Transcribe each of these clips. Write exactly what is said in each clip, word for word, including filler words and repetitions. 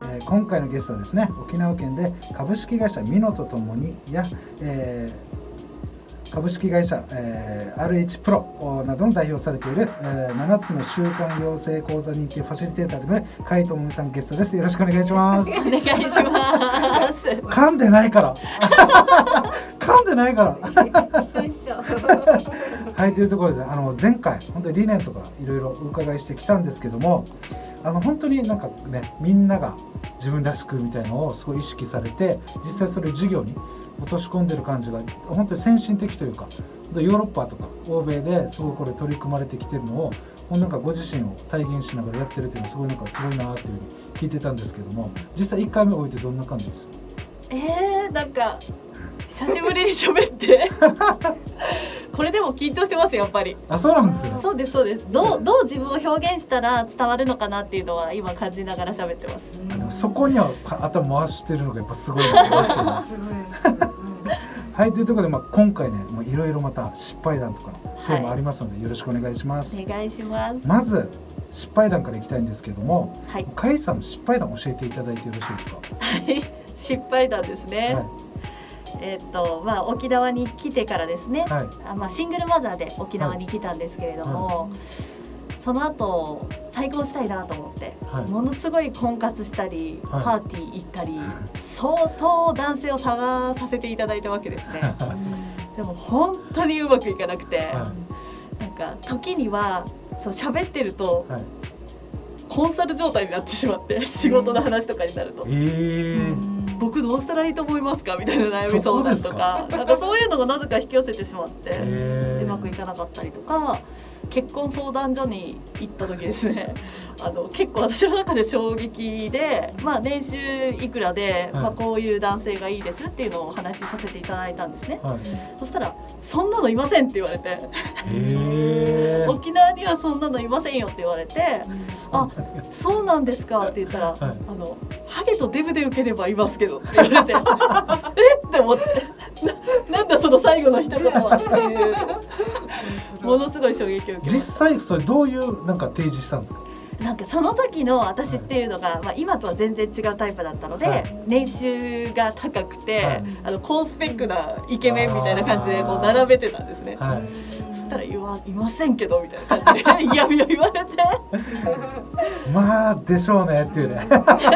えー、今回のゲストはですね、沖縄県で株式会社ミノとともにや、えー株式会社、えー、アールエイチ プロなどの代表されている、えー、ななつの習慣養成講座認定ファシリテーターでも甲斐智美さんゲストです。よろしくお願いします。 お願いします噛んでないから噛んでないから一緒一緒はい、というところで、あの前回本当に理念とかいろいろお伺いしてきたんですけども、あの本当になんかね、みんなが自分らしくみたいなのをすごい意識されて、実際それを授業に落とし込んでる感じが本当に先進的というか、ヨーロッパとか欧米ですごいこれ取り組まれてきてるのを、なんかご自身を体現しながらやってるっていうのはすごいなんかすごいなっていうふうに聞いてたんですけども、実際いっかいめ終えてどんな感じですか？ えー、なんか久しぶりに喋ってこれでも緊張してますやっぱり。 あ、そうなんですよ。 そうですそうです。どうどう自分を表現したら伝わるのかなっていうのは今感じながら喋ってます。 あのそこには頭回してるのがやっぱすごいなと思ってます。すごいです。はい、というところで、まあ、今回ね、いろいろまた失敗談とか今日もありますので、はい、よろしくお願いします。 お願いします。 まず失敗談からいきたいんですけども、 はい、 甲斐さんの失敗談教えていただいてよろしいですか？ はい、失敗談ですね。はい、えーっとまあ、沖縄に来てからですね、はい、あまあ、シングルマザーで沖縄に来たんですけれども、はいはい、その後再婚したいなと思って、はい、ものすごい婚活したり、はい、パーティー行ったり、相当男性を探させていただいたわけですねでも本当にうまくいかなくて、はい、なんか時にはそう喋ってると、はい、コンサル状態になってしまって、仕事の話とかになると、えー、僕どうしたらいいと思いますかみたいな悩み相談とか、なんかそういうのがなぜか引き寄せてしまって、うまくいかなかったりとか、結婚相談所に行った時ですね、あの結構私の中で衝撃で、まあ、年収いくらで、はい、まあ、こういう男性がいいですっていうのをお話しさせていただいたんですね、はい、そしたらそんなのいませんって言われてへ沖縄にはそんなのいませんよって言われて、あ、そうなんですかって言ったら、はい、あのハゲとデブで受ければいますけどって言われてえって思ってな, なんだその最後の一言はっていうものすごい衝撃を受けました。 実際それどういうなんか提示したんですか？ なんかその時の私っていうのが、はい、まあ、今とは全然違うタイプだったので、はい、年収が高くて、はい、あの高スペックなイケメンみたいな感じでこう並べてたんですね、はい、そしたらいわいませんけどみたいな感じで嫌味を言われてまあでしょうねっていうね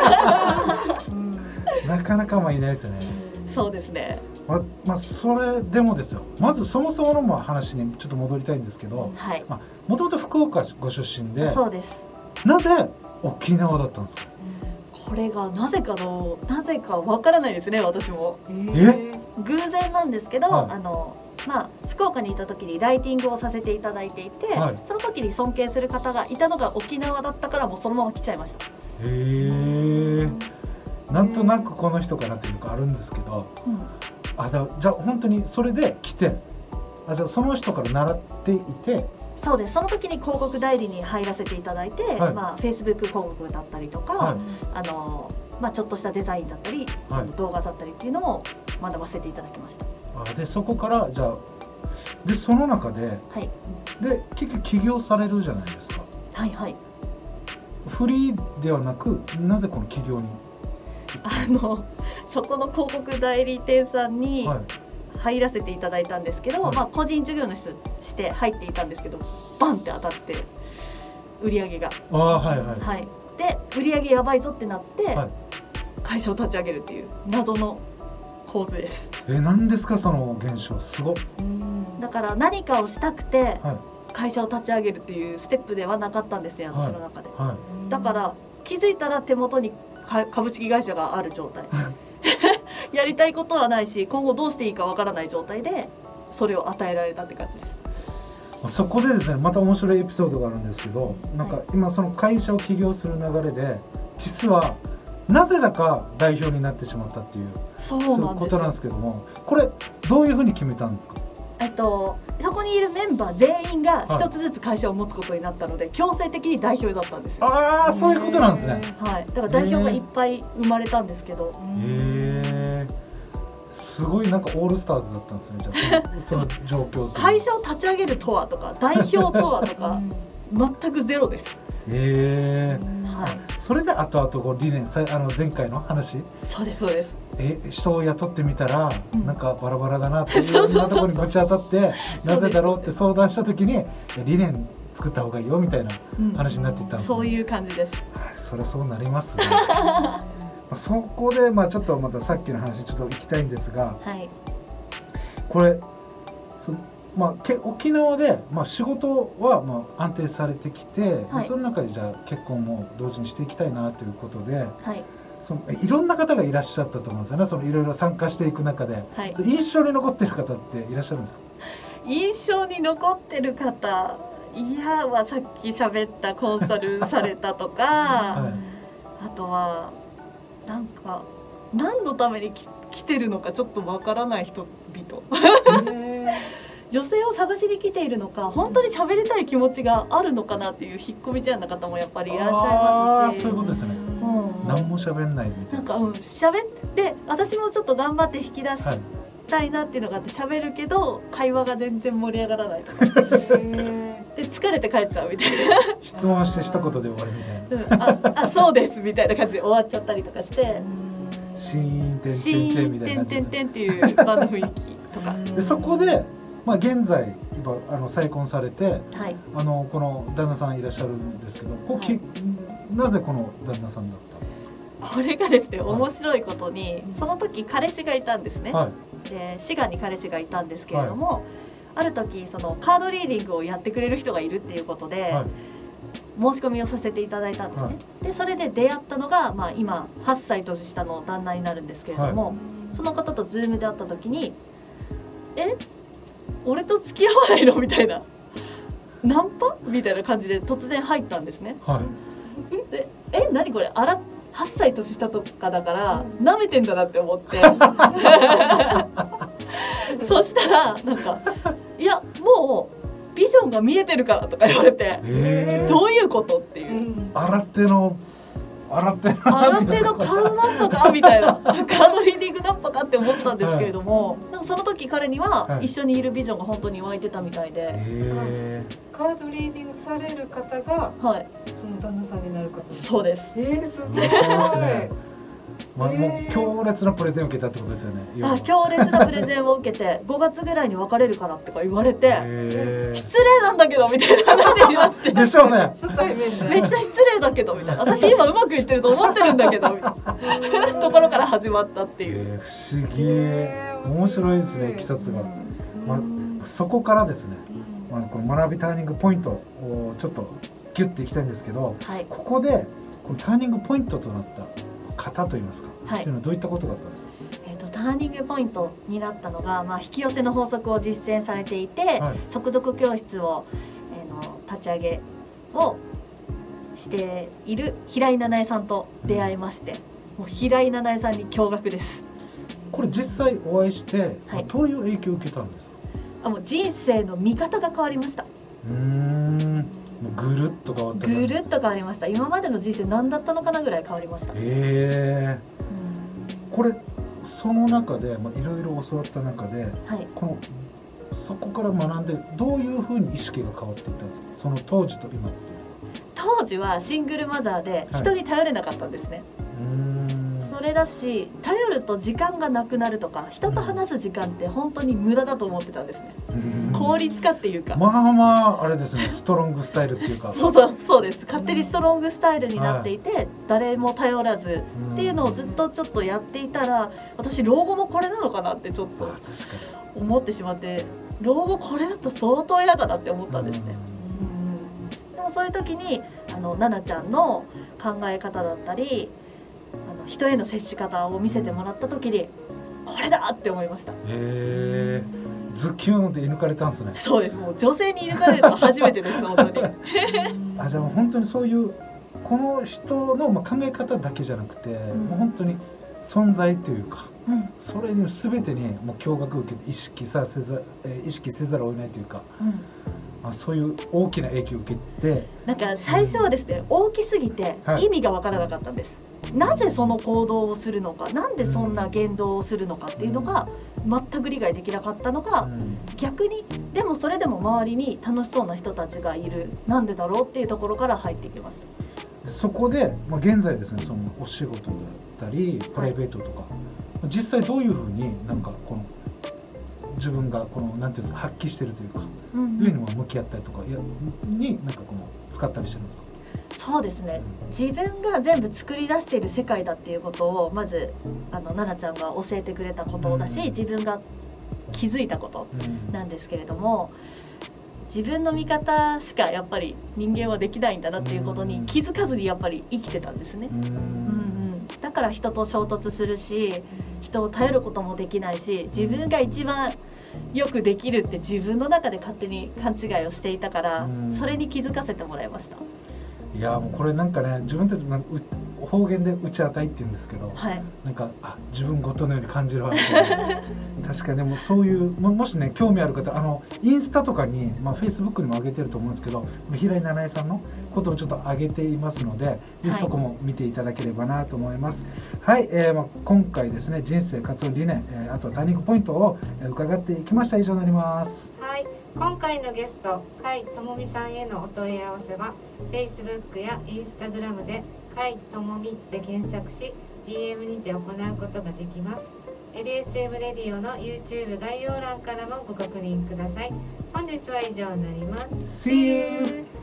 なかなかまあいないですよね。 そうですね。 ままあ、それでもですよ、まずそもそもの話にちょっと戻りたいんですけど、はい、まあ、もともと福岡ご出身で、 そうです。 なぜ沖縄だったんですか？ これがなぜかのなぜかわからないですね、私も。 え偶然なんですけど、はい、あのまあ、福岡にいた時にライティングをさせていただいていて、はい、その時に尊敬する方がいたのが沖縄だったから、もうそのまま来ちゃいました。 へー、なんとなくこの人かなっていうのがあるんですけど、うん、あ、じゃあ本当にそれで来て、あ、じゃあその人から習っていて。 そうです。その時に広告代理に入らせていただいて、はい、まあ、Facebook 広告だったりとか、はい、あのまあ、ちょっとしたデザインだったり、はい、あの動画だったりっていうのを学ばせていただきました。 あ、でそこからじゃあでその中で、はい、で結局起業されるじゃないですか。 はいはい。 フリーではなく、なぜこの起業に？ あのそこの広告代理店さんに、はい、入らせていただいたんですけど、はい、まあ、個人事業主として入っていたんですけど、バンって当たって売り上げが、 あ、はいはいはい、 で売り上げやばいぞってなって、はい、会社を立ち上げるっていう謎の構図です。 え、何ですかその現象？すごっ。 だから何かをしたくて会社を立ち上げるっていうステップではなかったんですね、私の中で、はいはい、だから気づいたら手元に株式会社がある状態やりたいことはないし、今後どうしていいかわからない状態でそれを与えられたって感じです。 そこでですね、また面白いエピソードがあるんですけど、なんか今その会社を起業する流れで、実はなぜだか代表になってしまったっていう、 そうなんですよ。 そういうことなんですけども、これどういうふうに決めたんですか？ えっと、そこにいるメンバー全員が一つずつ会社を持つことになったので、はい、強制的に代表だったんですよ。 ああ、そういうことなんですね。 はい、だから代表がいっぱい生まれたんですけど、 へー、すごいなんかオールスターズだったんですね。じゃあその、その状況会社を立ち上げるとはとか代表とはとか全くゼロです。 えーはい、 それで後々こう理念さあの前回の話そうですそうです。 え人を雇ってみたら、うん、なんかバラバラだなっていろんなところにぶち当たってなぜだろうって相談した時に理念作った方がいいよみたいな話になっていったんです、ね、 うん、そういう感じです。 それはそうなりますねまあそこで、まあ、ちょっとまたさっきの話ちょっと行きたいんですが、 はい、 これそ、まあ、け沖縄で、まあ、仕事はまあ安定されてきて、はい、その中でじゃあ結婚も同時にしていきたいなということで、はい、そのいろんな方がいらっしゃったと思うんですよね。そのいろいろ参加していく中で、はい、印象に残っている方っていらっしゃるんですか？ 印象に残ってる方、いやはさっき喋ったコンサルされたとか、はい、あとはなんか何のために 来, 来てるのかちょっとわからない人々女性を探しに来ているのか本当に喋りたい気持ちがあるのかなっていう引っ込み思案な方もやっぱりいらっしゃいますし、 そういうことですね、うん、何も喋んないみたいな、なんか、 うん、喋って私もちょっと頑張って引き出す、はいたいなっていうのがあって喋るけど会話が全然盛り上がらないで疲れて帰っちゃうみたいな質問して一言で終わるみたいな、うん、あ, あそうですみたいな感じで終わっちゃったりとかしてシーンてんてんてんみたいな感じです、 てんてんてんっていう場の雰囲気とかでそこで、まあ、現在今あの再婚されて、はい、あのこの旦那さんいらっしゃるんですけどこう、はい、なぜこの旦那さんだったんですか？ これがですね、面白いことにその時彼氏がいたんですね、はい、で滋賀に彼氏がいたんですけれども、はい、ある時そのカードリーディングをやってくれる人がいるっていうことで、はい、申し込みをさせていただいたんですね、はい、でそれで出会ったのが、まあ、今はっさい年下の旦那になるんですけれども、はい、その方とズームで会った時にえ俺と付き合わないのみたいなナンパみたいな感じで突然入ったんですね、はい、でえ何これあらはっさい年下とかだから舐めてんだなって思ってそしたらなんかいやもうビジョンが見えてるからとか言われてどういうことっていう、うん、 洗っての洗って洗ってのカードナンパかみたいなカードリーディングナンパかって思ったんですけれども、はい、なんかその時彼には一緒にいるビジョンが本当に湧いてたみたいで、 はい、カードリーディングされる方が、はい、その旦那さんになる方です。 そうです。 えー、すごい。 まあ、もう強烈なプレゼンを受けたってことですよね。 あ、強烈なプレゼンを受けてごがつぐらいに別れるからとか言われて失礼なんだけどみたいな話になってでしょうね初対面でめっちゃ失礼だけどみたいな私今うまくいってると思ってるんだけどみたいなところから始まったっていう、 えー、不思議、えー、面白いですねいきさつが、まあ、そこからですね、まあ、この学びターニングポイントをちょっとギュッていきたいんですけど、はい、ここでこのターニングポイントとなった方といいますか、はい、というのはどういったことだったんですか？ えーと、ターニングポイントになったのが、まあ、引き寄せの法則を実践されていて、はい、速読教室を、えー、の立ち上げをしている平井七重さんと出会いまして、うん、もう平井七重さんに驚愕です。 これ実際お会いして、はい、どういう影響を受けたんですか？ あ、もう人生の見方が変わりました。 うーんぐるっと変わったぐるっと変わりました。今までの人生何だったのかなぐらい変わりました。 へー、これその中で、まあ、いろいろ教わった中で、はい、このそこから学んでどういうふうに意識が変わっていったんですか？その当時と今って。 当時はシングルマザーで人に頼れなかったんですね、はい、うーんそれだし頼ると時間がなくなるとか人と話す時間って本当に無駄だと思ってたんですね。効率化っていうかまあまああれですねストロングスタイルっていうかそうそうそうです。勝手にストロングスタイルになっていて、はい、誰も頼らずっていうのをずっとちょっとやっていたら私老後もこれなのかなってちょっと思ってしまって老後これだと相当嫌だなって思ったんですね。うんでもそういう時にあの奈々ちゃんの考え方だったりあの人への接し方を見せてもらった時にこれだって思いました。 へーズキューンって射抜かれたんですね。 そうです。もう女性に射抜かれるのは初めてです本当にあ、じゃあ本当にそういうこの人のまあ考え方だけじゃなくて、うん、もう本当に存在というか、うん、それに全てにもう驚愕を受けて意識させざ、えー、意識せざるを得ないというか、うん、あそういう大きな影響を受けてなんか最初はですね、うん、大きすぎて意味が分からなかったんです、 なぜその行動をするのか、なんでそんな言動をするのかっていうのが全く理解できなかったのが、逆にでもそれでも周りに楽しそうな人たちがいる、なんでだろうっていうところから入ってきました。 そこで、まあ、現在ですね、そのお仕事だったりプライベートとか、はい、実際どういうふうになんかこの自分がこのなんていうんですか発揮してるというか、うんうん、いうのは向き合ったりとかいやになんかこの使ったりしてるんですか？ そうですね、自分が全部作り出している世界だっていうことをまずあの奈々ちゃんが教えてくれたことだし、うん、自分が気づいたことなんですけれども、うん、自分の見方しかやっぱり人間はできないんだなっていうことに気づかずにやっぱり生きてたんですね、うんうん、だから人と衝突するし、人を頼ることもできないし、自分が一番よくできるって自分の中で勝手に勘違いをしていたから、それに気づかせてもらいました。 いやもうこれなんかね、自分たちも方言で内当たりって言うんですけど、はい、なんかあ自分ごとのように感じるわけで確かにでもそういうも、もしね興味ある方、あのインスタとかに、まあ、フェイスブックにも上げてると思うんですけど、平井七重さんのことをちょっと上げていますので、はい、そこも見ていただければなと思います。はい、えーまあ、今回ですね、人生活動理念、えー、あとはターニングポイントを伺っていきました。以上になります。 はい、今回のゲスト甲斐智美さんへのお問い合わせは Facebook や Instagram で甲斐智美で検索し ディーエム にて行うことができます。 エルエスエム レディオの YouTube 概要欄からもご確認ください。本日は以上になります。 See you!